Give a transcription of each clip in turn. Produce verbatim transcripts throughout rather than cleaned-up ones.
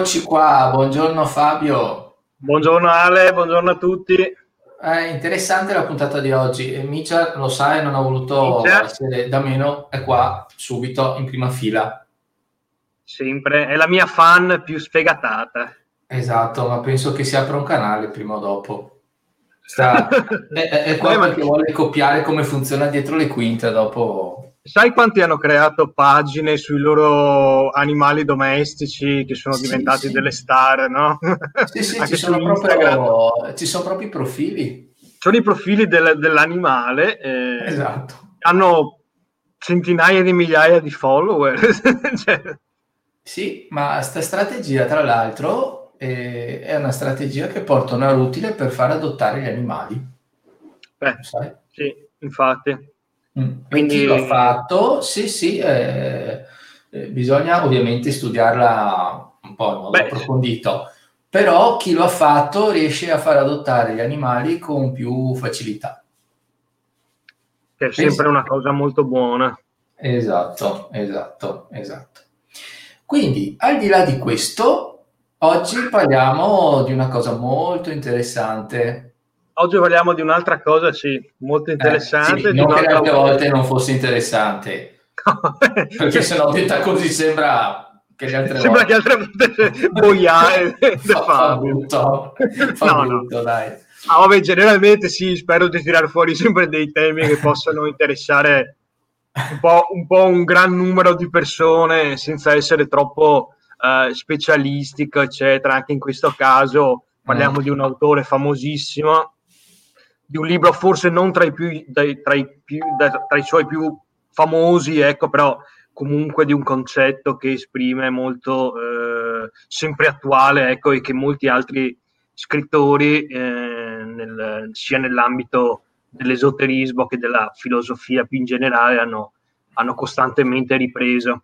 Eccoci qua, buongiorno Fabio. Buongiorno Ale, buongiorno a tutti. È interessante la puntata di oggi. E Micia, lo sai, non ha voluto Minchia, essere da meno, è qua subito in prima fila. sempre, è la mia fan più sfegatata. Esatto, ma penso che si apra un canale prima o dopo. Sta, è, è- è Beh, qua ma perché vuole copiare come funziona dietro le quinte, dopo... sai quanti hanno creato pagine sui loro animali domestici che sono Sì, diventati delle sì, star, no? sì, sì, ci Anche su sono Instagram. proprio, ci sono proprio i profili. Sono i profili del- dell'animale, eh, Esatto. hanno centinaia di migliaia di follower. Cioè, Sì, ma sta strategia, tra l'altro, eh, è una strategia che porta un utile per far adottare gli animali, beh, sai? sì, infatti. Mm. E chi lo ha Quindi, fatto? Sì, sì, eh, eh, bisogna ovviamente studiarla un po' in modo beh, approfondito, però chi lo ha fatto riesce a far adottare gli animali con più facilità. che è sempre Pensa. una cosa molto buona. Esatto, esatto, esatto. Quindi, al di là di questo, oggi parliamo di una cosa molto interessante. Oggi parliamo di un'altra cosa, sì, molto Eh, sì, interessante, di non un che le altro altre volte autore. non fosse interessante, perché se no detta così sembra che le altre Sembra che volte altre volte boiare De fa, fa Fabio. brutto, fa No, no. brutto, dai. Ah, vabbè, generalmente sì, spero di tirar fuori sempre dei temi che possano interessare un po', un po' un gran numero di persone senza essere troppo eh, specialistico, eccetera. Anche in questo caso Mm. parliamo di un autore famosissimo, di un libro forse non tra i, più, dai, tra i, più, da, tra i suoi più famosi, ecco, però comunque di un concetto che esprime molto eh, sempre attuale, ecco, e che molti altri scrittori eh, nel, sia nell'ambito dell'esoterismo che della filosofia più in generale hanno, hanno costantemente ripreso.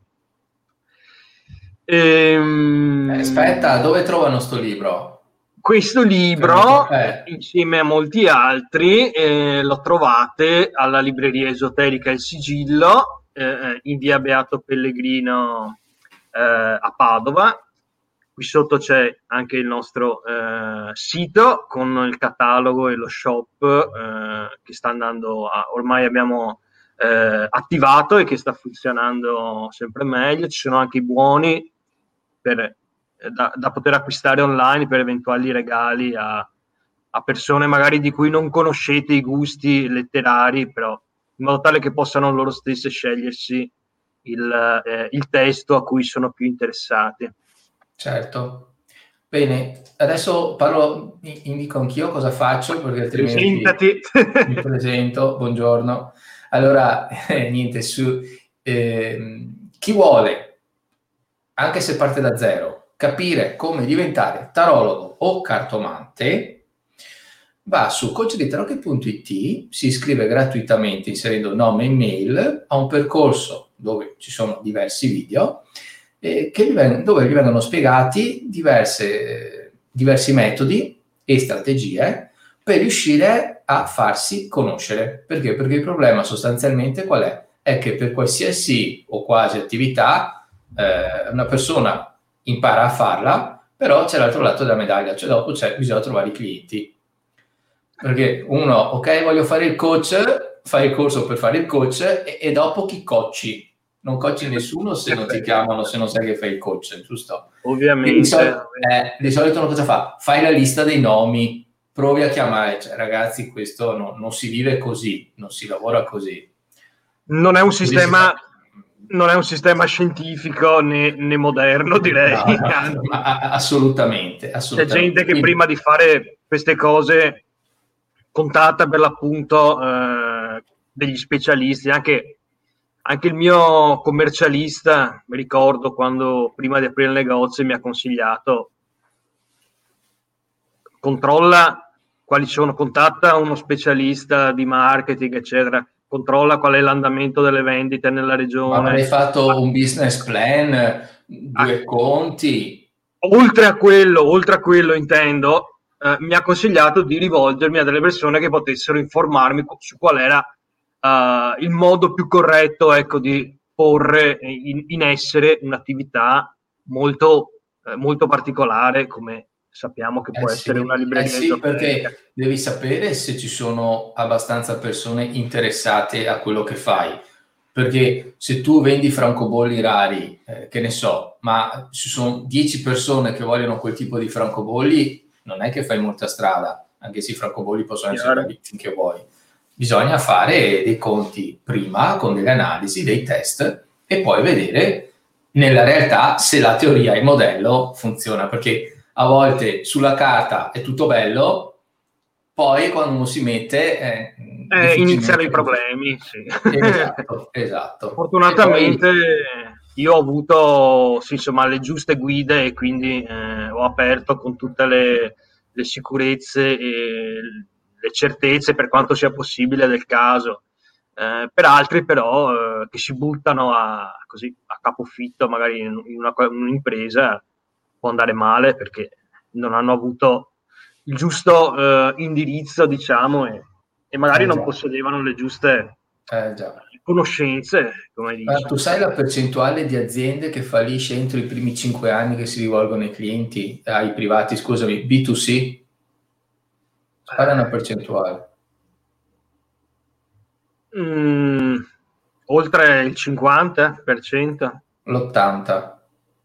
Eh, Ehm, aspetta, dove trovano sto libro? Questo Che non tro- libro, eh, insieme a molti altri, eh, lo trovate alla libreria esoterica Il Sigillo, eh, in via Beato Pellegrino eh, a Padova. Qui sotto c'è anche il nostro eh, sito con il catalogo e lo shop eh, che sta andando a, ormai abbiamo eh, attivato e che sta funzionando sempre meglio. Ci sono anche i buoni per, eh, da, da poter acquistare online per eventuali regali a, a persone magari di cui non conoscete i gusti letterari, però in modo tale che possano loro stesse scegliersi il, eh, il testo a cui sono più interessati. certo. Bene, adesso parlo, indico anch'io cosa faccio perché altrimenti Presentati. mi presento. Buongiorno. Allora, eh, niente, su ehm, chi vuole, anche se parte da zero, capire come diventare tarologo o cartomante, va su coach di tarocchi punto it, si iscrive gratuitamente inserendo nome e mail a un percorso dove ci sono diversi video eh, che gli veng- dove gli vengono spiegati diverse, diversi metodi e strategie per riuscire a farsi conoscere. Perché? Perché il problema sostanzialmente qual è? È che per qualsiasi o quasi attività eh, una persona impara a farla, però c'è l'altro lato della medaglia, cioè dopo c'è, bisogna trovare i clienti. Perché uno, ok, voglio fare il coach, fai il corso per fare il coach e, e dopo chi cocci? Non cocci nessuno se non ti chiamano, se non sai che fai il coach, giusto? E di, Ovviamente. sol- eh, di solito uno cosa fa? Fai la lista dei nomi, provi a chiamare, cioè, ragazzi, questo no- non si vive così, non si lavora così. Non è un Così si fa. sistema, non è un sistema scientifico né, né moderno, direi. No, no, Anzi, ma a- assolutamente, c'è gente assolutamente. che Quindi, prima di fare queste cose contatta per l'appunto eh, degli specialisti. Anche, anche il mio commercialista, mi ricordo quando prima di aprire il negozio mi ha consigliato controlla quali sono, contatta uno specialista di marketing, eccetera, controlla qual è l'andamento delle vendite nella ma non hai regione. fatto un business plan, Ah, due conti? oltre a quello, oltre a quello intendo, eh, mi ha consigliato di rivolgermi a delle persone che potessero informarmi su qual era eh, il modo più corretto, ecco, di porre in, in essere un'attività molto eh, molto particolare, come sappiamo che Eh può essere sì, una eh libreria sì, esoterica. perché devi sapere se ci sono abbastanza persone interessate a quello che fai. Perché se tu vendi francobolli rari, eh, che ne so, ma ci sono dieci persone che vogliono quel tipo di francobolli, non è che fai molta strada, anche se i francobolli possono essere Chiaro. belli finché vuoi. Bisogna fare dei conti prima con delle analisi, dei test e poi vedere nella realtà se la teoria e il modello funziona, perché a volte sulla carta è tutto bello, poi quando uno si mette eh, Eh, iniziano difficilmente i problemi, sì. esatto, esatto. E poi Fortunatamente io ho avuto sì, insomma, le giuste guide e quindi eh, ho aperto con tutte le, le sicurezze e le certezze per quanto sia possibile del caso. Eh, per altri però eh, che si buttano a, così, a capofitto magari in, in una, un'impresa può andare male perché non hanno avuto il giusto eh, indirizzo, diciamo, e, e magari eh non già, possedevano le giuste eh già. conoscenze, come Ma dici. tu sai la percentuale di aziende che fallisce entro i primi cinque anni che si rivolgono ai clienti, ai privati, scusami, B due C? Spara una percentuale. Mm, oltre il cinquanta per cento? L'ottanta.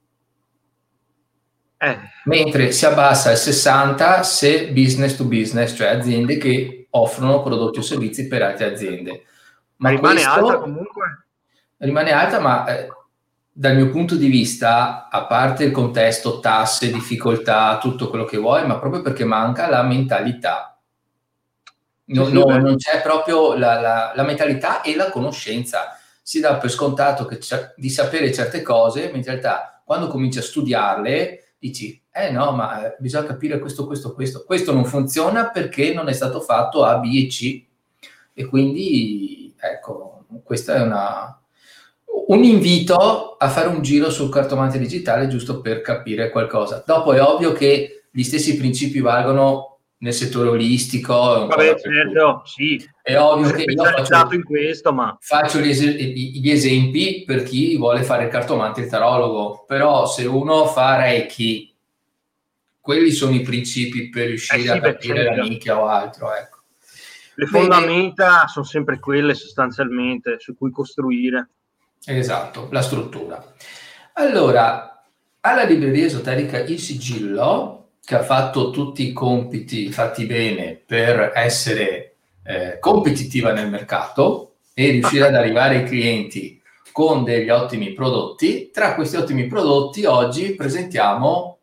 Eh, Mentre si abbassa al sessanta se business to business, cioè aziende che offrono prodotti o servizi per altre aziende. Ma rimane alta questo comunque? rimane alta, ma eh, dal mio punto di vista, a parte il contesto, tasse, difficoltà, tutto quello che vuoi, ma proprio perché manca la mentalità. Sì, No, sì, no, beh. non c'è proprio la, la, la mentalità e la conoscenza. Si dà per scontato che di sapere certe cose, mentre in realtà quando cominci a studiarle dici, eh no, ma eh, bisogna capire questo, questo, questo. Questo non funziona perché non è stato fatto A, B e C. E quindi, ecco, questo è una, un invito a fare un giro sul cartomante digitale giusto per capire qualcosa. Dopo è ovvio che gli stessi principi valgono nel settore olistico e un po' Vabbè, dappertutto. certo, sì. È Tu ovvio sei che io specializzato faccio, in questo, ma faccio gli, es- gli esempi per chi vuole fare il cartomante e il tarologo, però se uno fa Reiki, quelli sono i principi per eh riuscire a sì, beh, capire la certo. nicchia o altro, ecco. Le Bene, fondamenta sono sempre quelle sostanzialmente su cui costruire. esatto, la struttura. Allora, alla libreria esoterica Il Sigillo, che ha fatto tutti i compiti fatti bene per essere eh, competitiva nel mercato e riuscire ad arrivare ai clienti con degli ottimi prodotti, tra questi ottimi prodotti oggi presentiamo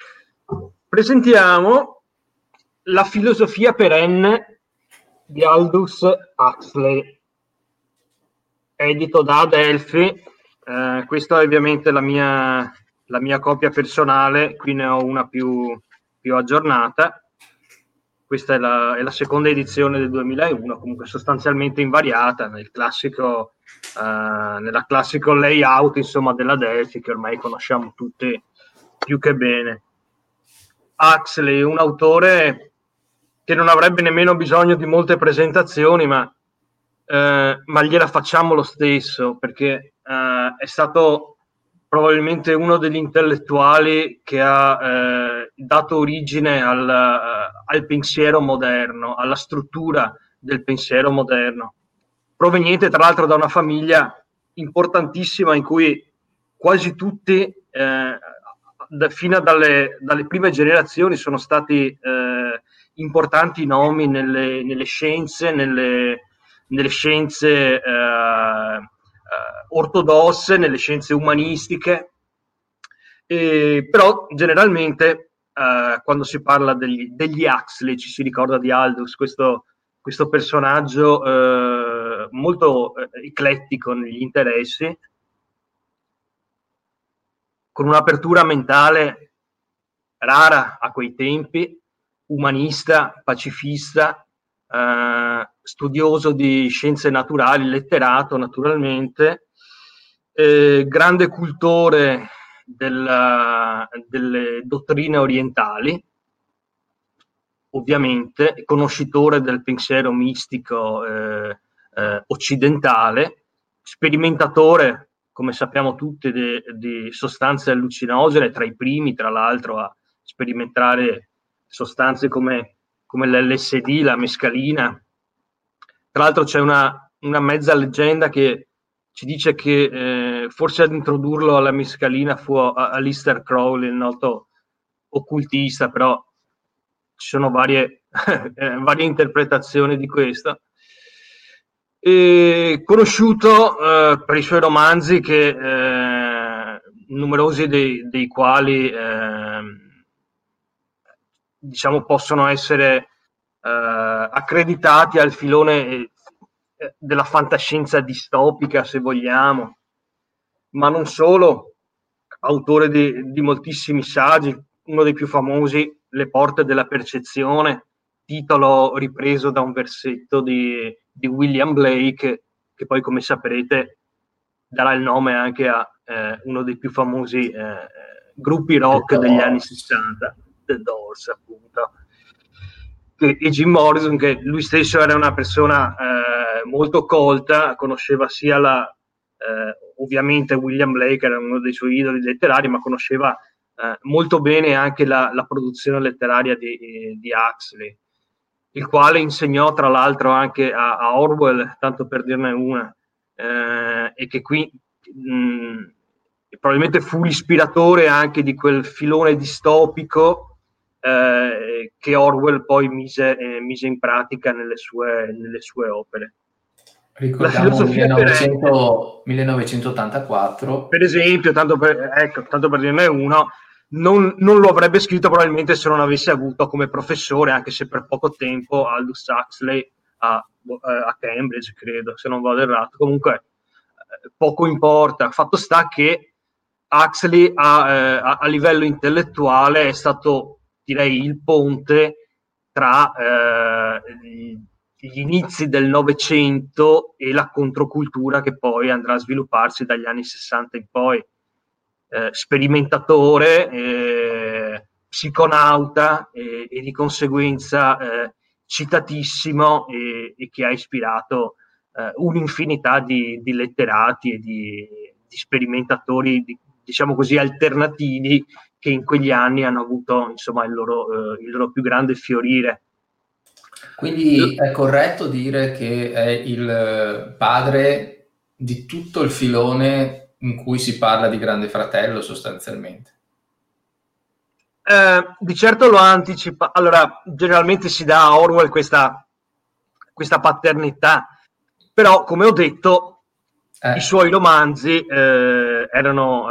Presentiamo la filosofia perenne di Aldous Huxley, edito da Adelphi. Eh, questa è ovviamente la mia, la mia copia personale, qui ne ho una più, più aggiornata. Questa è la, è la seconda edizione del duemilauno, comunque sostanzialmente invariata nel classico, eh, nella classico layout, insomma, della Delphi, che ormai conosciamo tutti più che bene. Huxley, un autore che non avrebbe nemmeno bisogno di molte presentazioni, ma, eh, ma gliela facciamo lo stesso, perché eh, è stato probabilmente uno degli intellettuali che ha eh, dato origine al, uh, al pensiero moderno, alla struttura del pensiero moderno, proveniente tra l'altro da una famiglia importantissima in cui quasi tutti, eh, da, fino dalle, dalle prime generazioni, sono stati eh, importanti nomi nelle, nelle scienze, nelle, nelle scienze eh, eh, ortodosse, nelle scienze umanistiche, e, però generalmente eh, quando si parla degli, degli Huxley ci si ricorda di Aldous, questo, questo personaggio eh, molto eh, eclettico negli interessi, con un'apertura mentale rara a quei tempi, umanista, pacifista, eh, studioso di scienze naturali, letterato naturalmente, eh, grande cultore della, delle dottrine orientali, ovviamente, conoscitore del pensiero mistico eh, eh, occidentale, sperimentatore come sappiamo tutti, di sostanze allucinogene, tra i primi, tra l'altro, a sperimentare sostanze come, come l'L S D, la mescalina. Tra l'altro c'è una, una mezza leggenda che ci dice che eh, forse ad introdurlo alla mescalina fu Aleister Crowley, il noto occultista, però ci sono varie, eh, varie interpretazioni di questo. E conosciuto eh, per i suoi romanzi, che eh, numerosi dei, dei quali eh, diciamo possono essere eh, accreditati al filone eh, della fantascienza distopica, se vogliamo, ma non solo, autore di, di moltissimi saggi, uno dei più famosi, Le porte della percezione, titolo ripreso da un versetto di, di William Blake, che poi, come saprete, darà il nome anche a eh, uno dei più famosi eh, gruppi rock degli anni sessanta, The Doors, appunto. E, e Jim Morrison, che lui stesso era una persona eh, molto colta, conosceva sia la eh, ovviamente William Blake era uno dei suoi idoli letterari, ma conosceva eh, molto bene anche la, la produzione letteraria di, di Huxley, il quale insegnò tra l'altro anche a, a Orwell, tanto per dirne una, eh, e che qui mh, probabilmente fu l'ispiratore anche di quel filone distopico eh, che Orwell poi mise, eh, mise in pratica nelle sue, nelle sue opere. Ricordiamo millenovecento, millenovecentottantaquattro. Per esempio, tanto per, ecco, tanto per dirne uno, non, non lo avrebbe scritto probabilmente se non avesse avuto come professore, anche se per poco tempo, Aldous Huxley a, a Cambridge, credo, se non vado errato. Comunque, eh, poco importa. Fatto sta che Huxley a, eh, a, a livello intellettuale è stato, direi, il ponte tra eh, gli inizi del Novecento e la controcultura che poi andrà a svilupparsi dagli anni sessanta in poi. Eh, sperimentatore, eh, psiconauta e, e di conseguenza eh, citatissimo e, e che ha ispirato eh, un'infinità di, di letterati e di, di sperimentatori, di, diciamo così, alternativi, che in quegli anni hanno avuto, insomma, il loro, eh, il loro più grande fiorire. Quindi è corretto dire che è il padre di tutto il filone in cui si parla di Grande Fratello, sostanzialmente? Eh, di certo lo anticipa. Allora, generalmente si dà a Orwell questa, questa paternità, però, come ho detto, eh. i suoi romanzi eh, erano,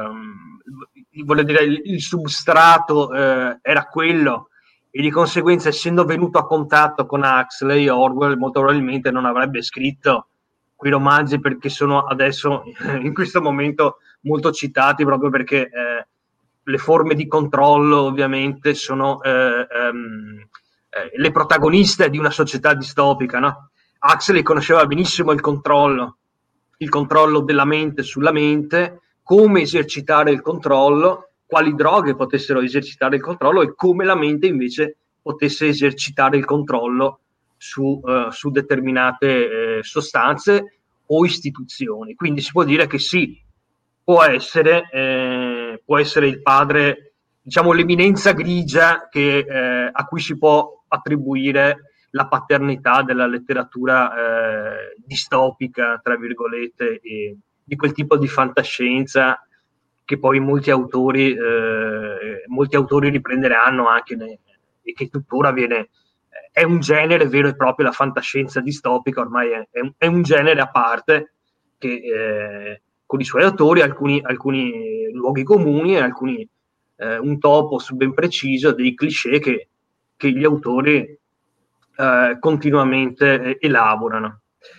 eh, voglio dire, il, il substrato eh, era quello, e di conseguenza, essendo venuto a contatto con Huxley, Orwell molto probabilmente non avrebbe scritto quei romanzi, perché sono adesso, in questo momento, molto citati, proprio perché eh, le forme di controllo ovviamente sono eh, ehm, eh, le protagoniste di una società distopica, no? Huxley conosceva benissimo il controllo, il controllo della mente sulla mente, come esercitare il controllo, quali droghe potessero esercitare il controllo e come la mente invece potesse esercitare il controllo su, uh, su determinate eh, sostanze o istituzioni. Quindi si può dire che sì, può essere, eh, può essere il padre, diciamo, l'eminenza grigia che, eh, a cui si può attribuire la paternità della letteratura eh, distopica, tra virgolette, e di quel tipo di fantascienza che poi molti autori, eh, molti autori riprenderanno anche ne, e che tuttora viene, è un genere vero e proprio, la fantascienza distopica ormai è, è, un, è un genere a parte che eh, con i suoi autori alcuni, alcuni luoghi comuni e alcuni eh, un topos ben preciso, dei cliché che, che gli autori eh, continuamente eh, elaborano.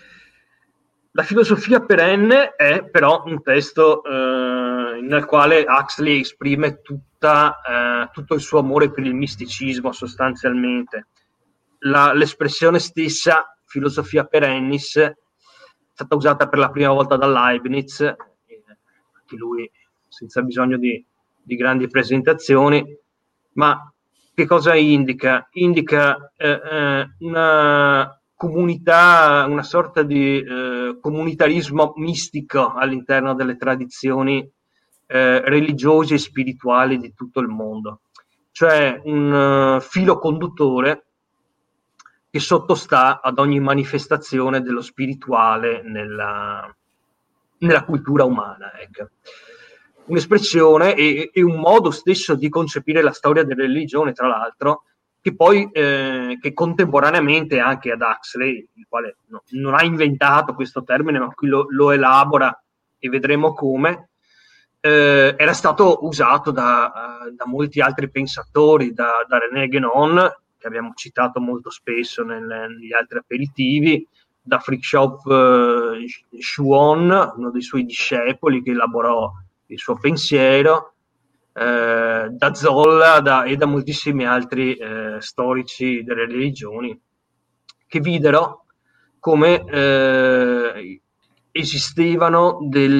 La filosofia perenne è però un testo eh, nel quale Huxley esprime tutta, eh, tutto il suo amore per il misticismo, sostanzialmente. La, l'espressione stessa, filosofia perennis, è stata usata per la prima volta da Leibniz, anche lui senza bisogno di, di grandi presentazioni, ma che cosa indica? Indica eh, eh, una comunità, una sorta di eh, comunitarismo mistico all'interno delle tradizioni eh, religiose e spirituali di tutto il mondo, cioè un uh, filo conduttore che sottostà ad ogni manifestazione dello spirituale nella, nella cultura umana. Ecco. Un'espressione e, e un modo stesso di concepire la storia della religione, tra l'altro, che poi eh, che contemporaneamente anche ad Huxley, il quale no, non ha inventato questo termine, ma qui lo, lo elabora e vedremo come, eh, era stato usato da, uh, da molti altri pensatori, da, da René Guénon, che abbiamo citato molto spesso nel, negli altri aperitivi, da Fritjof uh, Schuon, uno dei suoi discepoli che elaborò il suo pensiero, eh, da Zolla da, e da moltissimi altri eh, storici delle religioni che videro come eh, esistevano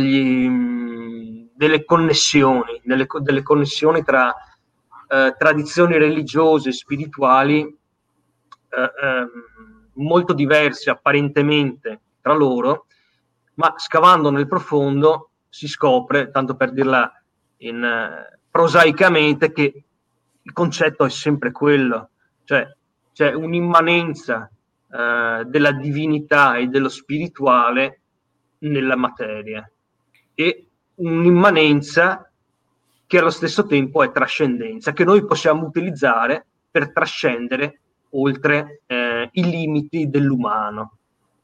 degli, delle connessioni, delle, delle connessioni tra eh, tradizioni religiose e spirituali eh, eh, molto diverse apparentemente tra loro, ma scavando nel profondo si scopre, tanto per dirla in, eh, prosaicamente, che il concetto è sempre quello, cioè c'è un'immanenza eh, della divinità e dello spirituale nella materia e un'immanenza che allo stesso tempo è trascendenza, che noi possiamo utilizzare per trascendere oltre eh, i limiti dell'umano.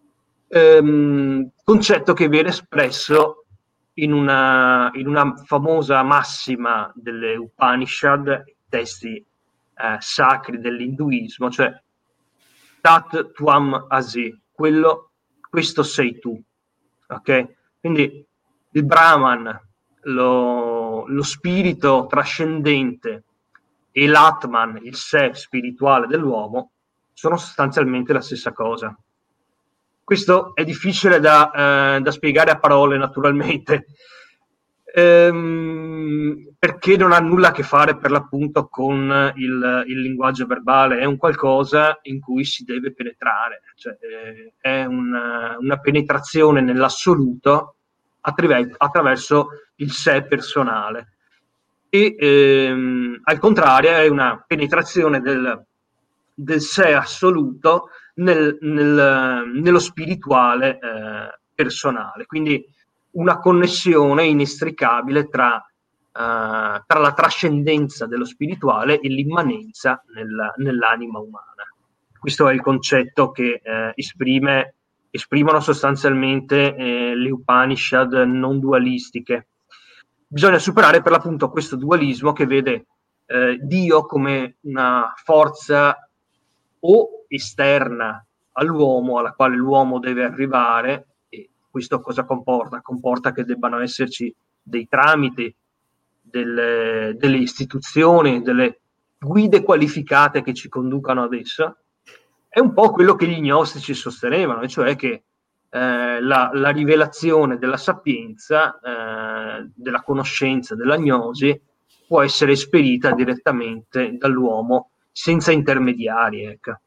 Ehm, concetto che viene espresso in una, in una famosa massima delle Upanishad, testi eh, sacri dell'induismo, cioè Tat Tvam Asi, quello, questo sei tu. Ok? Quindi il Brahman, lo, lo spirito trascendente, e l'Atman, il sé spirituale dell'uomo, sono sostanzialmente la stessa cosa. Questo è difficile da, eh, da spiegare a parole, naturalmente, ehm, perché non ha nulla a che fare per l'appunto con il, il linguaggio verbale, è un qualcosa in cui si deve penetrare, cioè, eh, è una, una penetrazione nell'assoluto attraver- attraverso il sé personale. E ehm, al contrario è una penetrazione del, del sé assoluto nel, nel, nello spirituale eh, personale, quindi una connessione inestricabile tra, uh, tra la trascendenza dello spirituale e l'immanenza nel, nell'anima umana. Questo è il concetto che eh, esprime, esprimono sostanzialmente eh, le Upanishad non dualistiche. Bisogna superare per l'appunto questo dualismo che vede eh, Dio come una forza o esterna all'uomo, alla quale l'uomo deve arrivare, e questo cosa comporta? Comporta che debbano esserci dei tramiti, delle, delle istituzioni, delle guide qualificate che ci conducano ad essa. È un po' quello che gli gnostici sostenevano, cioè che eh, la, la rivelazione della sapienza, eh, della conoscenza, della gnosi, può essere esperita direttamente dall'uomo senza intermediari. Ecco.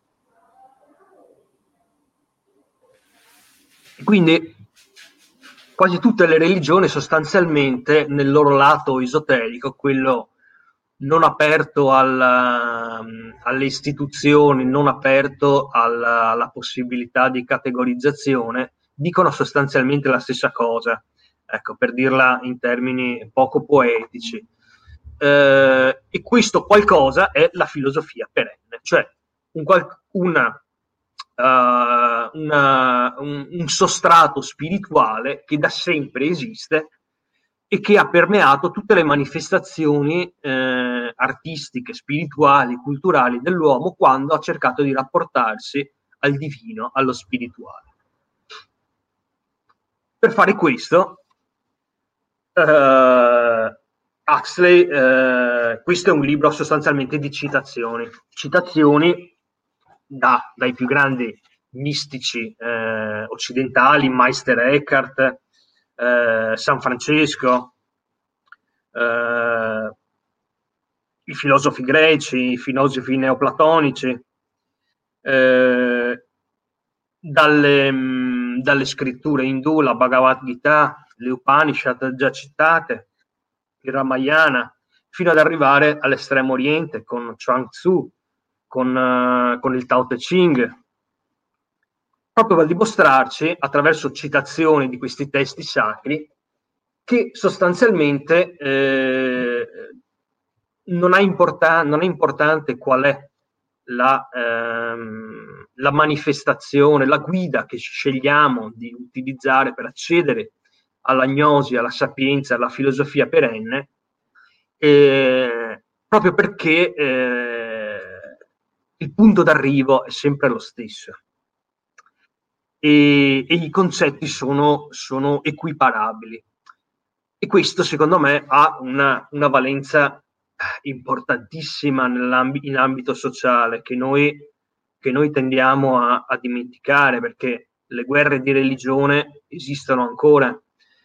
Quindi quasi tutte le religioni sostanzialmente nel loro lato esoterico, quello non aperto alla, alle istituzioni, non aperto alla, alla possibilità di categorizzazione, dicono sostanzialmente la stessa cosa, ecco, per dirla in termini poco poetici. Eh, e questo qualcosa è la filosofia perenne, cioè un, una Uh, una, un, un sostrato spirituale che da sempre esiste e che ha permeato tutte le manifestazioni eh, artistiche, spirituali, culturali dell'uomo quando ha cercato di rapportarsi al divino, allo spirituale. Per fare questo, uh, Huxley, uh, questo è un libro sostanzialmente di citazioni, citazioni Da, dai più grandi mistici eh, occidentali, Meister Eckhart, eh, San Francesco, eh, i filosofi greci, i filosofi neoplatonici, eh, dalle, mh, dalle scritture indù, la Bhagavad Gita, le Upanishad già citate, il Ramayana, fino ad arrivare all'estremo oriente con Chuang Tzu, con, uh, con il Tao Te Ching, proprio per dimostrarci, attraverso citazioni di questi testi sacri, che sostanzialmente eh, non, ha importan- non è importante qual è la, ehm, la manifestazione, la guida che scegliamo di utilizzare per accedere all'agnosi, alla sapienza, alla filosofia perenne, eh, proprio perché eh, il punto d'arrivo è sempre lo stesso. E, e i concetti sono, sono equiparabili. E questo, secondo me, ha una, una valenza importantissima in ambito sociale, che noi, che noi tendiamo a, a dimenticare, perché le guerre di religione esistono ancora.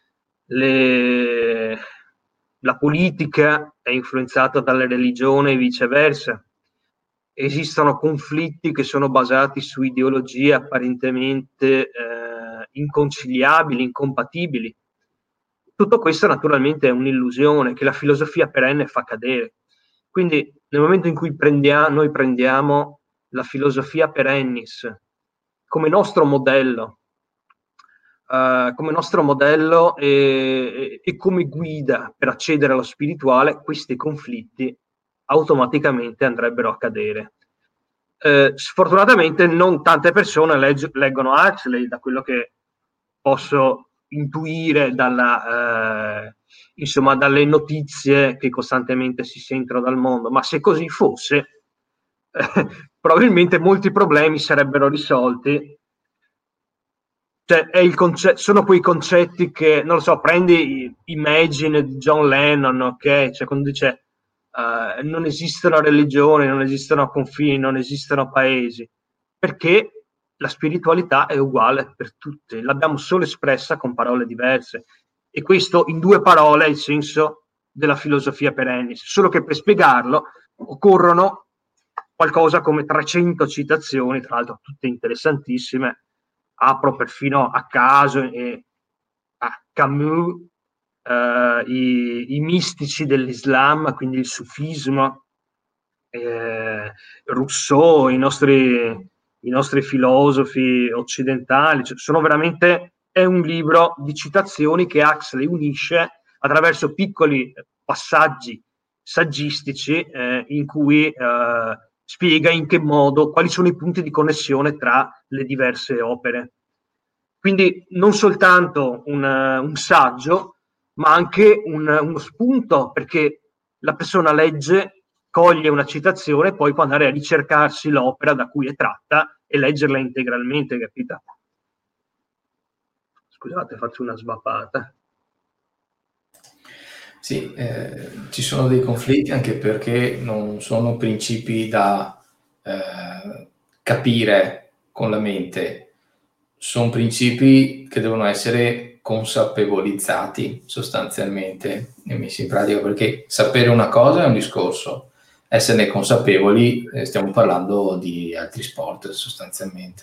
Le, la politica è influenzata dalle religioni e viceversa. Esistono conflitti che sono basati su ideologie apparentemente eh, inconciliabili, incompatibili. Tutto questo naturalmente è un'illusione che la filosofia perenne fa cadere. Quindi nel momento in cui prendiamo, noi prendiamo la filosofia perennis come nostro modello, Uh, come nostro modello e, e come guida per accedere allo spirituale, questi conflitti automaticamente andrebbero a cadere. Uh, sfortunatamente non tante persone legg- leggono Huxley, da quello che posso intuire dalla, uh, insomma, dalle notizie che costantemente si sentono dal mondo, ma se così fosse eh, probabilmente molti problemi sarebbero risolti. Cioè, è il conce- sono quei concetti che, non lo so, prendi Imagine di John Lennon, ok? Cioè, quando dice uh, non esistono religioni, non esistono confini, non esistono paesi, perché la spiritualità è uguale per tutti, l'abbiamo solo espressa con parole diverse. E questo, in due parole, è il senso della filosofia perennis. Solo che per spiegarlo occorrono qualcosa come trecento citazioni, tra l'altro tutte interessantissime. Apro perfino a caso e a Camus, eh, i, i mistici dell'Islam, quindi il sufismo, eh, Rousseau, i nostri, i nostri filosofi occidentali. Cioè, sono veramente, è un libro di citazioni che Huxley unisce attraverso piccoli passaggi saggistici eh, in cui eh, spiega in che modo, quali sono i punti di connessione tra le diverse opere. Quindi non soltanto un, un saggio, ma anche un, uno spunto, perché la persona legge, coglie una citazione e poi può andare a ricercarsi l'opera da cui è tratta e leggerla integralmente, capita? Scusate, faccio una svappata. Sì, eh, ci sono dei conflitti anche perché non sono principi da eh, capire con la mente, sono principi che devono essere consapevolizzati sostanzialmente e messi in pratica, perché sapere una cosa è un discorso, esserne consapevoli eh, stiamo parlando di altri sport sostanzialmente.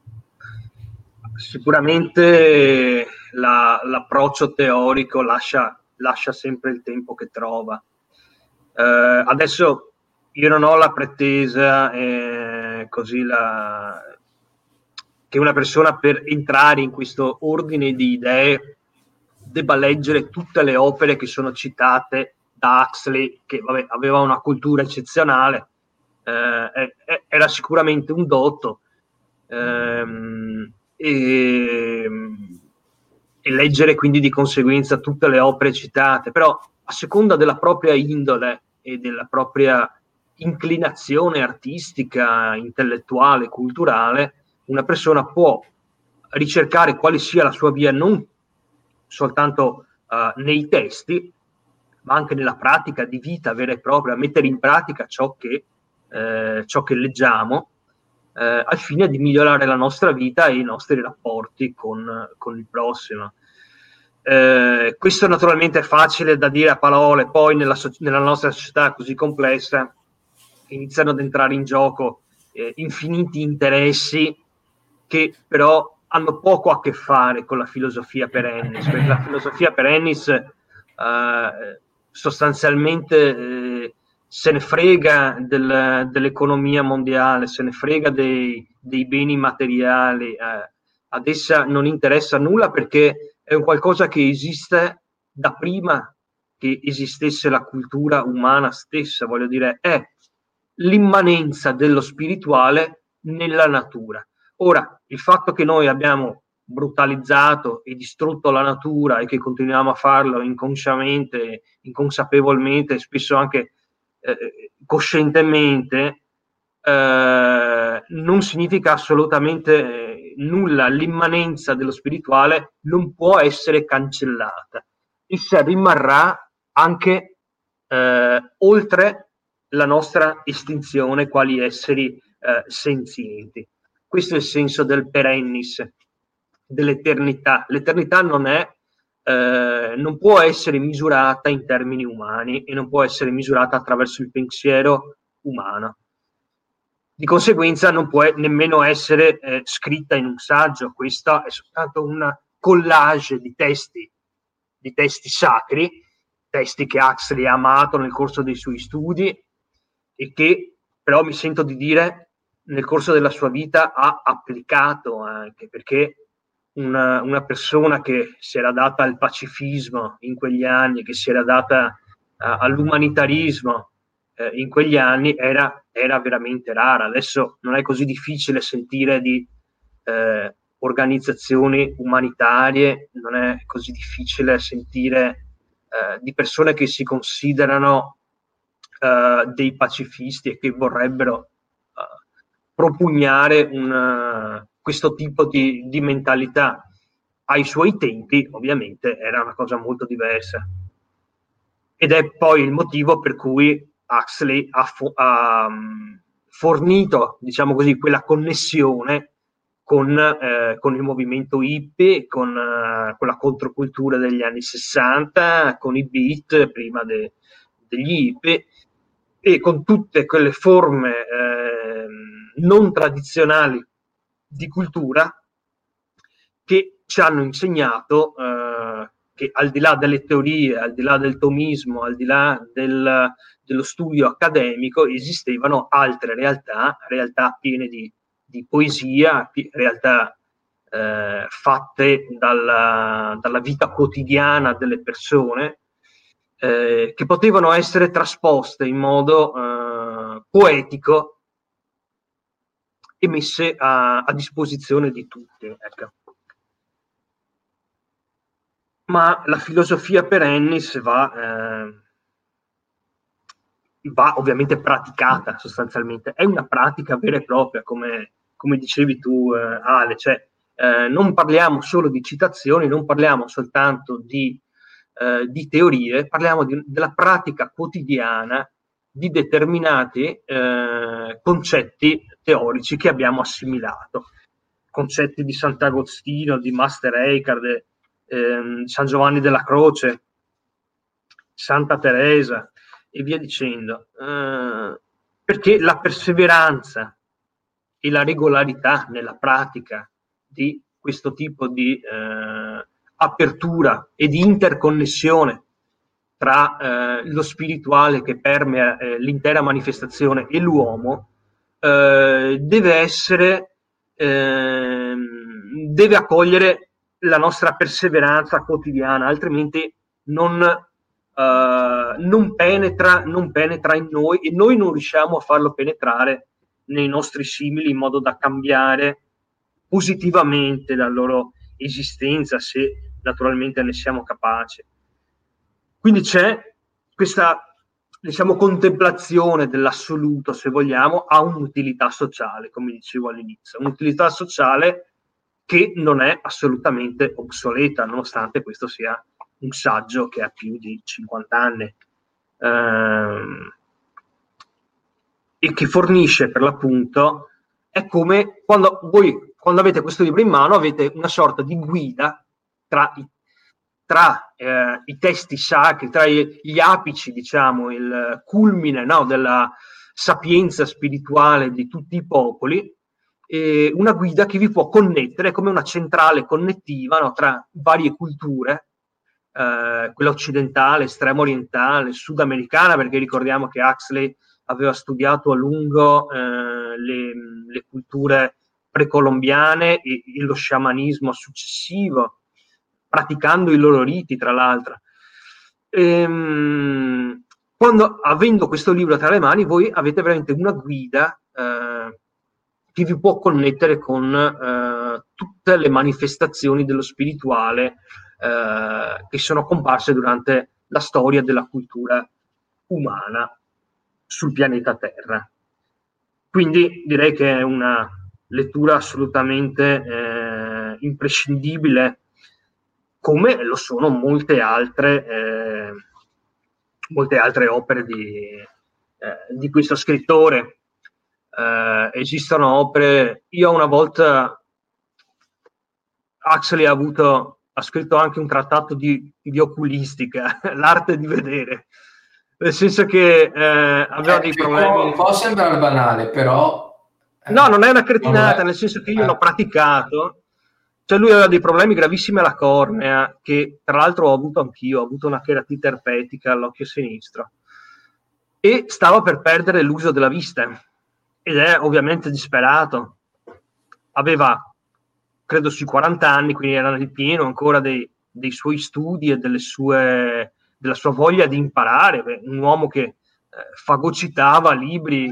Sicuramente la, l'approccio teorico lascia, lascia sempre il tempo che trova. Eh, adesso io non ho la pretesa eh, così la, che una persona per entrare in questo ordine di idee debba leggere tutte le opere che sono citate da Huxley, che vabbè, aveva una cultura eccezionale, eh, era sicuramente un dotto, ehm, e, e leggere quindi di conseguenza tutte le opere citate, però a seconda della propria indole e della propria inclinazione artistica, intellettuale, culturale, una persona può ricercare quale sia la sua via non soltanto uh, nei testi, ma anche nella pratica di vita vera e propria, mettere in pratica ciò che, eh, ciò che leggiamo, eh, al fine di migliorare la nostra vita e i nostri rapporti con, con il prossimo. Eh, questo naturalmente è facile da dire a parole, poi nella, so- nella nostra società così complessa iniziano ad entrare in gioco eh, infiniti interessi che però hanno poco a che fare con la filosofia per Ennis, perché la filosofia per Ennis eh, sostanzialmente eh, se ne frega del, dell'economia mondiale, se ne frega dei, dei beni materiali, eh, ad essa non interessa nulla perché è un qualcosa che esiste da prima che esistesse la cultura umana stessa, voglio dire, è l'immanenza dello spirituale nella natura. Ora, il fatto che noi abbiamo brutalizzato e distrutto la natura e che continuiamo a farlo inconsciamente, inconsapevolmente, spesso anche eh, coscientemente, eh, non significa assolutamente eh, nulla. L'immanenza dello spirituale non può essere cancellata. Essa rimarrà anche eh, oltre la nostra estinzione quali esseri eh, senzienti. Questo è il senso del perennis, dell'eternità. L'eternità non è eh, non può essere misurata in termini umani e non può essere misurata attraverso il pensiero umano. Di conseguenza non può nemmeno essere eh, scritta in un saggio. Questa è soltanto una collage di testi, di testi sacri, testi che Huxley ha amato nel corso dei suoi studi e che però mi sento di dire nel corso della sua vita ha applicato anche, perché una, una persona che si era data al pacifismo in quegli anni, che si era data uh, all'umanitarismo eh, in quegli anni era, era veramente rara. Adesso non è così difficile sentire di eh, organizzazioni umanitarie, non è così difficile sentire eh, di persone che si considerano eh, dei pacifisti e che vorrebbero eh, propugnare un, questo tipo di, di mentalità. Ai suoi tempi, ovviamente, era una cosa molto diversa. Ed è poi il motivo per cui Huxley ha, fo- ha um, fornito, diciamo così, quella connessione con, eh, con il movimento hippie, con, uh, con la controcultura degli anni sessanta, con i beat prima de- degli hippie e con tutte quelle forme eh, non tradizionali di cultura che ci hanno insegnato eh, che al di là delle teorie, al di là del tomismo, al di là del, dello studio accademico, esistevano altre realtà, realtà piene di, di poesia, realtà eh, fatte dalla, dalla vita quotidiana delle persone, eh, che potevano essere trasposte in modo eh, poetico e messe a, a disposizione di tutti. Ecco. Ma la filosofia per Ennis va, eh, va ovviamente praticata sostanzialmente, è una pratica vera e propria, come, come dicevi tu eh, Ale, cioè eh, non parliamo solo di citazioni, non parliamo soltanto di, eh, di teorie, parliamo di, della pratica quotidiana di determinati eh, concetti teorici che abbiamo assimilato, concetti di Sant'Agostino, di Master Eckhart, eh, San Giovanni della Croce, Santa Teresa e via dicendo, eh, perché la perseveranza e la regolarità nella pratica di questo tipo di eh, apertura e di interconnessione tra eh, lo spirituale che permea eh, l'intera manifestazione e l'uomo eh, deve essere eh, deve accogliere la nostra perseveranza quotidiana, altrimenti non, uh, non, penetra, non penetra in noi e noi non riusciamo a farlo penetrare nei nostri simili in modo da cambiare positivamente la loro esistenza, se naturalmente ne siamo capaci. Quindi c'è questa, diciamo, contemplazione dell'assoluto, se vogliamo, ha un'utilità sociale, come dicevo all'inizio, un'utilità sociale che non è assolutamente obsoleta, nonostante questo sia un saggio che ha più di cinquanta anni ehm, e che fornisce per l'appunto, è come quando voi, quando avete questo libro in mano, avete una sorta di guida tra i, tra, eh, i testi sacri, tra gli apici, diciamo, il culmine, no, della sapienza spirituale di tutti i popoli, e una guida che vi può connettere come una centrale connettiva, no, tra varie culture, eh, quella occidentale, estrema orientale, sudamericana, perché ricordiamo che Huxley aveva studiato a lungo eh, le, le culture precolombiane e, e lo sciamanismo successivo, praticando i loro riti, tra l'altro. Ehm, quando, avendo questo libro tra le mani, voi avete veramente una guida eh, che vi può connettere con eh, tutte le manifestazioni dello spirituale eh, che sono comparse durante la storia della cultura umana sul pianeta Terra. Quindi direi che è una lettura assolutamente eh, imprescindibile, come lo sono molte altre, eh, molte altre opere di, eh, di questo scrittore. Eh, esistono opere, io una volta Huxley ha avuto, ha scritto anche un trattato di, di oculistica, l'arte di vedere, nel senso che eh, aveva Eh, dei che problemi. può, può sembrare banale, però... eh, No, non è una non lo cretinata, è. nel senso che io Eh, l'ho praticato. Cioè lui aveva dei problemi gravissimi alla cornea, che tra l'altro ho avuto anch'io, ho avuto una cheratite erpetica all'occhio sinistro e stava per perdere l'uso della vista ed è ovviamente disperato. Aveva, credo, sui quaranta anni, quindi era nel pieno ancora dei, dei suoi studi e delle sue, della sua voglia di imparare. Beh, un uomo che eh, fagocitava libri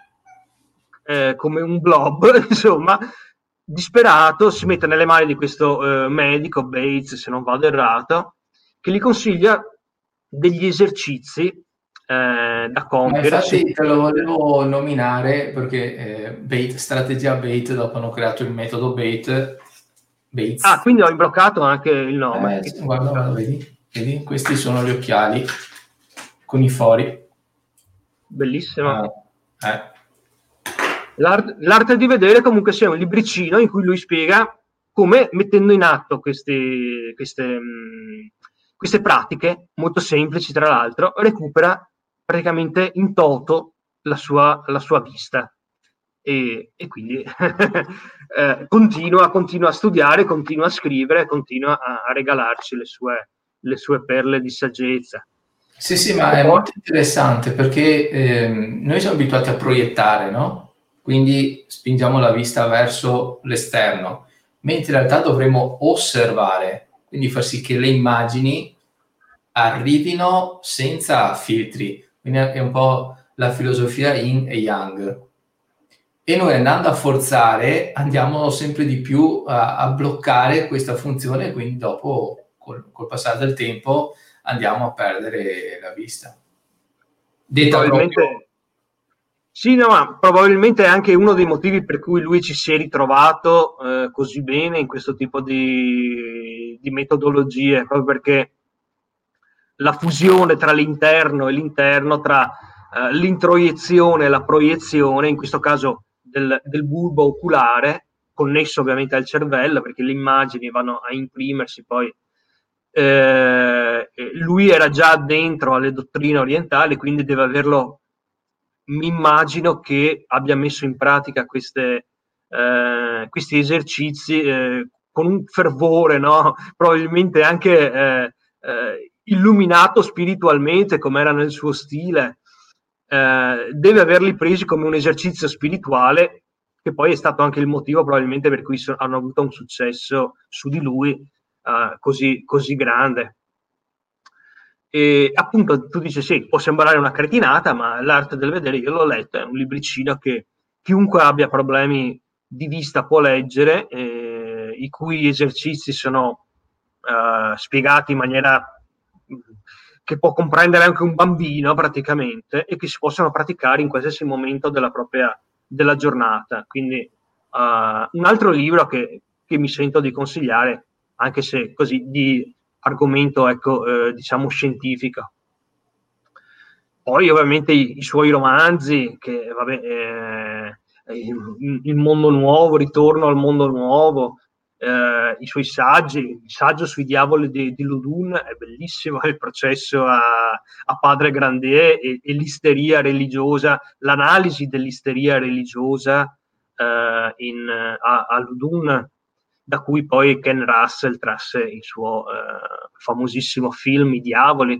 eh, come un blob, insomma, disperato, si mette nelle mani di questo eh, medico, Bates, se non vado errato, che gli consiglia degli esercizi eh, da Ma compiere. infatti te lo seguendo- volevo nominare perché eh, Bait, strategia Bait, dopo hanno creato il metodo Bait, Ah, Bates. quindi ho imbroccato anche il nome. Eh, guarda, guarda, vedi, vedi? Questi sono gli occhiali con i fori. Bellissimo. Ah, eh. L'arte, l'arte di vedere comunque sia un libricino in cui lui spiega come, mettendo in atto queste, queste, mh, queste pratiche, molto semplici tra l'altro, recupera praticamente in toto la sua, la sua vista. E, e quindi eh, continua, continua a studiare, continua a scrivere, continua a, a regalarci le sue, le sue perle di saggezza. Sì, sì, ma E è poi, molto interessante perché ehm, noi siamo abituati a proiettare, no? Quindi spingiamo la vista verso l'esterno, mentre in realtà dovremmo osservare, quindi far sì che le immagini arrivino senza filtri. Quindi è un po' la filosofia Yin e Yang. E noi andando a forzare andiamo sempre di più a, a bloccare questa funzione, quindi dopo col, col passare del tempo andiamo a perdere la vista. Detta proprio... probabilmente sì, no, ma probabilmente è anche uno dei motivi per cui lui ci si è ritrovato eh, così bene in questo tipo di, di metodologie, proprio perché la fusione tra l'interno e l'interno, tra eh, l'introiezione e la proiezione, in questo caso del, del bulbo oculare, connesso ovviamente al cervello, perché le immagini vanno a imprimersi poi. Eh, lui era già dentro alle dottrine orientali, quindi deve averlo, mi immagino che abbia messo in pratica queste, eh, questi esercizi eh, con un fervore, no? Probabilmente anche eh, eh, illuminato spiritualmente, come era nel suo stile. Eh, deve averli presi come un esercizio spirituale, che poi è stato anche il motivo probabilmente per cui so- hanno avuto un successo su di lui eh, così, così grande. E appunto tu dici sì, può sembrare una cretinata, ma l'arte del vedere io l'ho letto, è un libricino che chiunque abbia problemi di vista può leggere, eh, i cui esercizi sono eh, spiegati in maniera che può comprendere anche un bambino praticamente e che si possono praticare in qualsiasi momento della propria della giornata. Quindi uh, un altro libro che, che mi sento di consigliare, anche se così di argomento ecco, eh, diciamo scientifico. Poi ovviamente i, i suoi romanzi, che vabbè, eh, il, il mondo nuovo, Ritorno al mondo nuovo, eh, i suoi saggi, il saggio sui diavoli di, di Ludun è bellissimo, il processo a, a padre Grandier e, e l'isteria religiosa, l'analisi dell'isteria religiosa eh, in, a, a Ludun, da cui poi Ken Russell trasse il suo eh, famosissimo film I Diavoli.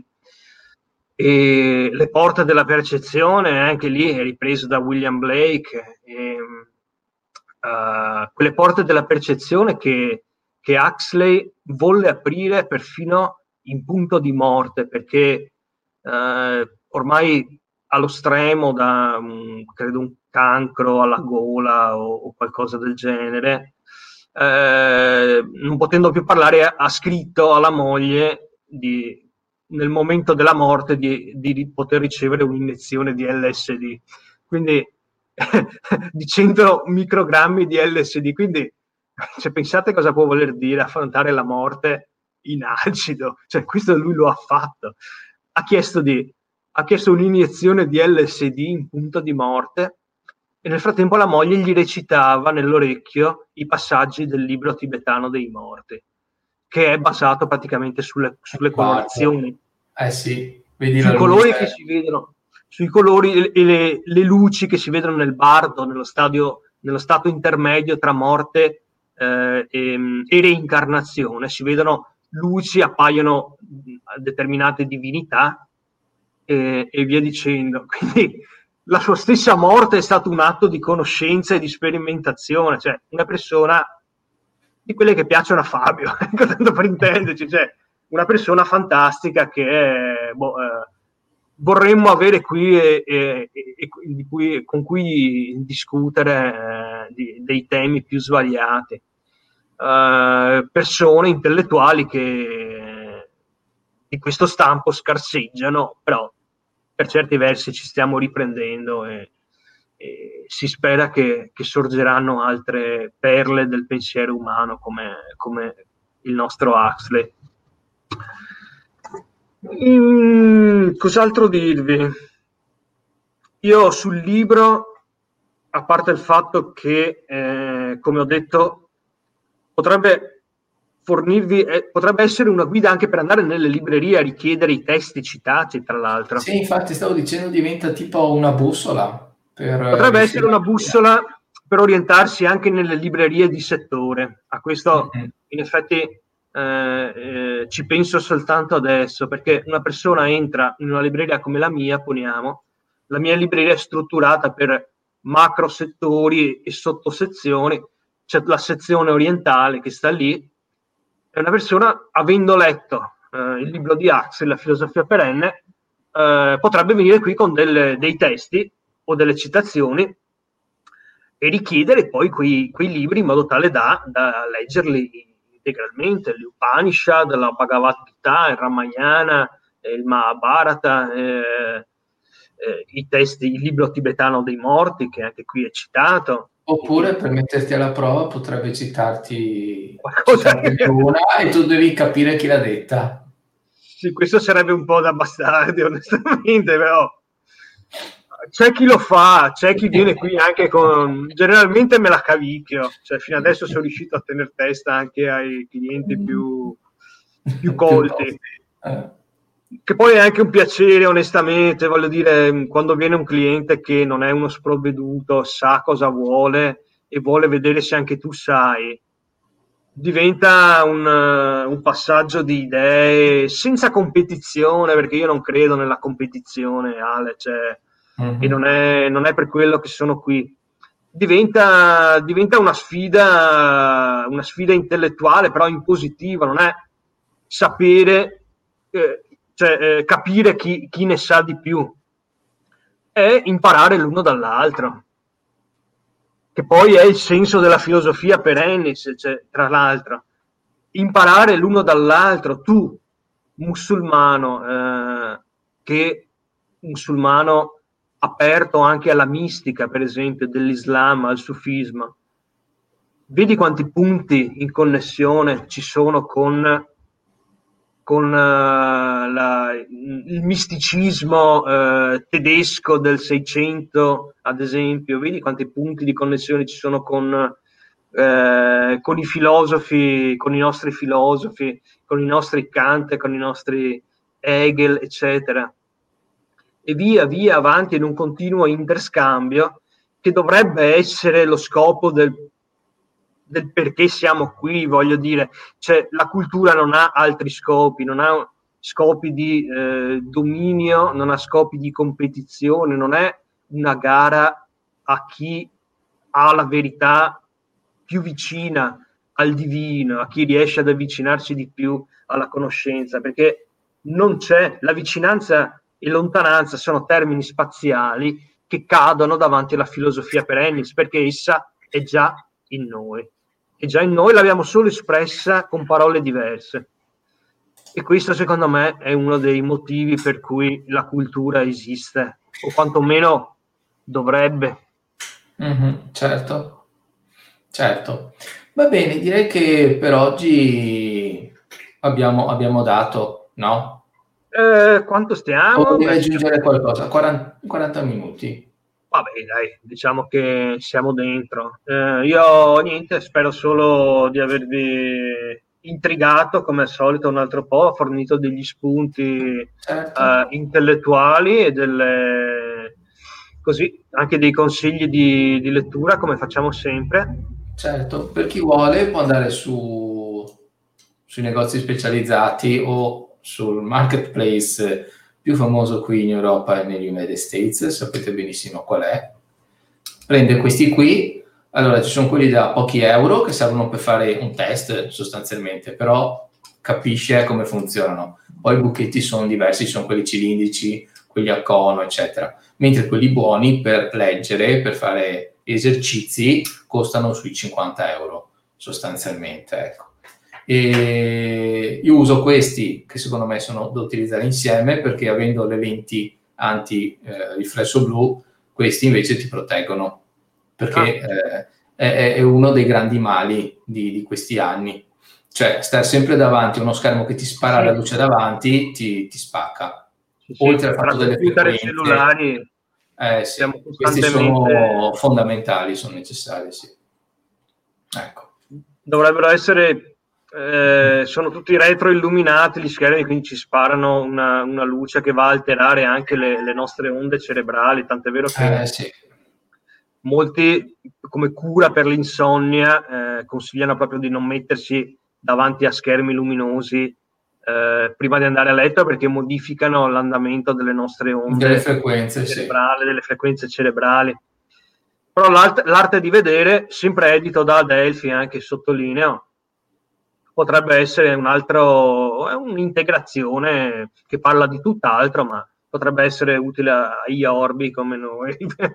E Le porte della percezione, anche lì è ripreso da William Blake. E, uh, quelle porte della percezione che, che Huxley volle aprire perfino in punto di morte, perché uh, ormai allo stremo da um, credo un cancro alla gola o, o qualcosa del genere, eh, non potendo più parlare, ha scritto alla moglie di, nel momento della morte di, di poter ricevere un'iniezione di L S D, quindi di cento microgrammi di L S D, quindi cioè, pensate cosa può voler dire affrontare la morte in acido, cioè questo lui lo ha fatto, ha chiesto, di, ha chiesto un'iniezione di L S D in punto di morte, e nel frattempo la moglie gli recitava nell'orecchio i passaggi del libro tibetano dei morti, che è basato praticamente sulle, sulle colorazioni. Eh sì, vedi sui la colori luce. che si vedono, sui colori e le, le luci che si vedono nel bardo, nello stadio, nello stato intermedio tra morte eh, e, e reincarnazione. Si vedono luci, appaiono determinate divinità e, e via dicendo. Quindi la sua stessa morte è stato un atto di conoscenza e di sperimentazione, cioè una persona di quelle che piacciono a Fabio, tanto per intenderci, cioè una persona fantastica che boh, eh, vorremmo avere qui e, e, e di cui, con cui discutere eh, di, dei temi più svariati. Uh, persone intellettuali che di questo stampo scarseggiano, però per certi versi ci stiamo riprendendo e, e si spera che, che sorgeranno altre perle del pensiero umano come, come il nostro Huxley. Mm, cos'altro dirvi? Io sul libro, a parte il fatto che, eh, come ho detto, potrebbe fornirvi, eh, potrebbe essere una guida anche per andare nelle librerie a richiedere i testi citati, tra l'altro. Sì, infatti stavo dicendo, diventa tipo una bussola. Per potrebbe essere una bussola per orientarsi anche nelle librerie di settore. A questo, mm-hmm. in effetti, eh, eh, ci penso soltanto adesso, perché una persona entra in una libreria come la mia, poniamo, la mia libreria è strutturata per macro settori e sottosezioni, c'è la sezione orientale che sta lì, e una persona, avendo letto eh, il libro di Huxley, La filosofia perenne, eh, potrebbe venire qui con delle, dei testi o delle citazioni e richiedere poi quei, quei libri in modo tale da, da leggerli integralmente, l'Upanishad, la Bhagavad Gita, il Ramayana, il Mahabharata, eh, eh, i testi, il libro tibetano dei morti, che anche qui è citato. Oppure, per metterti alla prova, potrebbe citarti, citarti una e tu devi capire chi l'ha detta. Sì, questo sarebbe un po' da bastardi, onestamente, però c'è chi lo fa, c'è chi viene qui anche con... Generalmente me la cavicchio, cioè fino adesso sono riuscito a tenere testa anche ai clienti più, più colti. Eh. Che poi è anche un piacere, onestamente, voglio dire, quando viene un cliente che non è uno sprovveduto, sa cosa vuole e vuole vedere se anche tu sai, diventa un, un passaggio di idee senza competizione, perché io non credo nella competizione, Ale, cioè, mm-hmm. e non è, non è per quello che sono qui. Diventa, diventa una sfida, una sfida intellettuale, però in positivo, non è sapere, eh, cioè eh, capire chi, chi ne sa di più, è imparare l'uno dall'altro, che poi è il senso della filosofia per Ennis, cioè, tra l'altro, imparare l'uno dall'altro, tu, musulmano, eh, che musulmano aperto anche alla mistica, per esempio, dell'Islam, al sufismo, vedi quanti punti in connessione ci sono con con uh, la, il misticismo uh, tedesco del Seicento, ad esempio, vedi quanti punti di connessione ci sono con, uh, con i filosofi, con i nostri filosofi, con i nostri Kant, con i nostri Hegel, eccetera. E via via avanti in un continuo interscambio che dovrebbe essere lo scopo del, del perché siamo qui, voglio dire, cioè la cultura non ha altri scopi, non ha scopi di eh, dominio, non ha scopi di competizione, non è una gara a chi ha la verità più vicina al divino, a chi riesce ad avvicinarsi di più alla conoscenza, perché non c'è, la vicinanza e lontananza sono termini spaziali che cadono davanti alla filosofia perennis, perché essa è già in noi, è già in noi, l'abbiamo solo espressa con parole diverse. E questo secondo me è uno dei motivi per cui la cultura esiste, o quantomeno dovrebbe. Mm-hmm, certo, certo. Va bene, direi che per oggi abbiamo, abbiamo dato, no? Eh, quanto stiamo? O devi Beh, aggiungere qualcosa? quaranta, quaranta minuti. vabbè, dai, diciamo che siamo dentro. Eh, io niente, spero solo di avervi intrigato come al solito un altro po', fornito degli spunti Certo. eh, intellettuali e delle, così, anche dei consigli di, di lettura come facciamo sempre. Certo, per chi vuole può andare su, sui negozi specializzati o sul marketplace più famoso qui in Europa e negli United States, sapete benissimo qual è. Prende questi qui, allora ci sono quelli da pochi euro che servono per fare un test sostanzialmente, però capisce come funzionano. Poi i buchetti sono diversi, sono quelli cilindrici, quelli a cono, eccetera. Mentre quelli buoni per leggere, per fare esercizi, costano sui cinquanta euro sostanzialmente, ecco. E io uso questi che secondo me sono da utilizzare insieme, perché avendo le lenti anti eh, riflesso blu, questi invece ti proteggono, perché ah. eh, è, è uno dei grandi mali di, di questi anni, cioè stare sempre davanti a uno schermo che ti spara sì. la luce davanti ti, ti spacca, sì, sì, oltre al fatto delle frequenze cellulari. Eh, sì. Questi sono fondamentali, sono necessari, sì. Ecco. Dovrebbero essere, eh, sono tutti retroilluminati gli schermi, quindi ci sparano una, una luce che va a alterare anche le, le nostre onde cerebrali, tant'è vero che eh, sì. molti, come cura per l'insonnia, eh, consigliano proprio di non mettersi davanti a schermi luminosi Eh, prima di andare a letto, perché modificano l'andamento delle nostre onde delle frequenze, cerebrali, sì. delle frequenze cerebrali. Però l'arte, l'arte di vedere, sempre edito da Adelphi, anche sottolineo, potrebbe essere un altro, è un'integrazione che parla di tutt'altro, ma potrebbe essere utile agli orbi come noi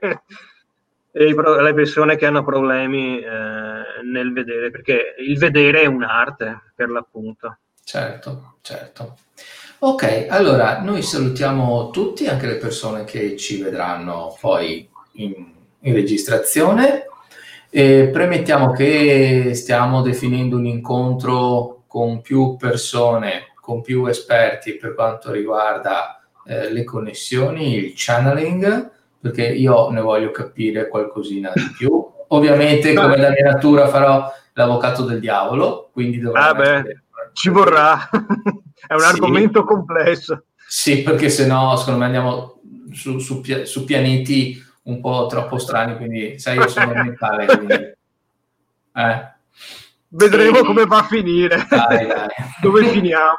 e le persone che hanno problemi eh, nel vedere, perché il vedere è un'arte per l'appunto. Certo, certo. Ok, allora noi salutiamo tutti, anche le persone che ci vedranno poi in, in registrazione, e premettiamo che stiamo definendo un incontro con più persone, con più esperti per quanto riguarda eh, le connessioni, il channeling, perché io ne voglio capire qualcosina di più. Ovviamente, come la mia natura, farò l'avvocato del diavolo, quindi dovrò ah beh, ci vorrà. È un sì. argomento complesso. Sì, perché sennò secondo me andiamo su, su, su pianeti un po' troppo strani, quindi sai, io sono mentale, quindi eh. Vedremo e... come va a finire. Dai, dai. Dove finiamo?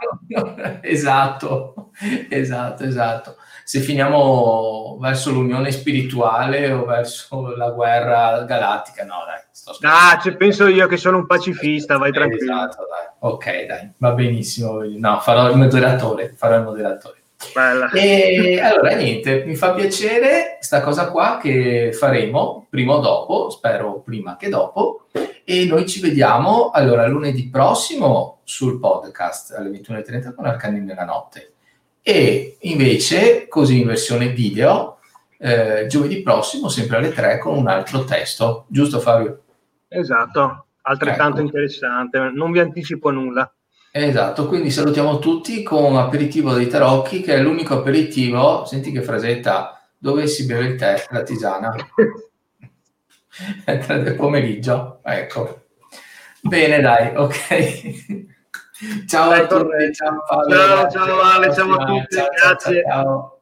Esatto, esatto, esatto. Se finiamo verso l'unione spirituale o verso la guerra galattica, no, dai. Sto ah, ci penso io che sono un pacifista, vai tranquillo. Esatto, dai. Ok, dai, va benissimo. No, farò il moderatore, farò il moderatore. Bella. E allora niente, mi fa piacere sta cosa qua che faremo prima o dopo, spero prima che dopo, e noi ci vediamo allora lunedì prossimo sul podcast alle ventuno e trenta con Arcani nella notte, e invece così in versione video eh, giovedì prossimo sempre alle tre con un altro testo, giusto Fabio? Esatto, altrettanto ecco. Interessante, non vi anticipo nulla. Esatto, quindi salutiamo tutti con aperitivo dei tarocchi, che è l'unico aperitivo, senti che frasetta, dove si beve il tè, la tisana. È tre del pomeriggio, ecco. Bene, dai, ok. Ciao dai, a tutti, ciao Paolo. Ciao, ciao Ale, ciao a tutti, ciao, grazie. Ciao, ciao.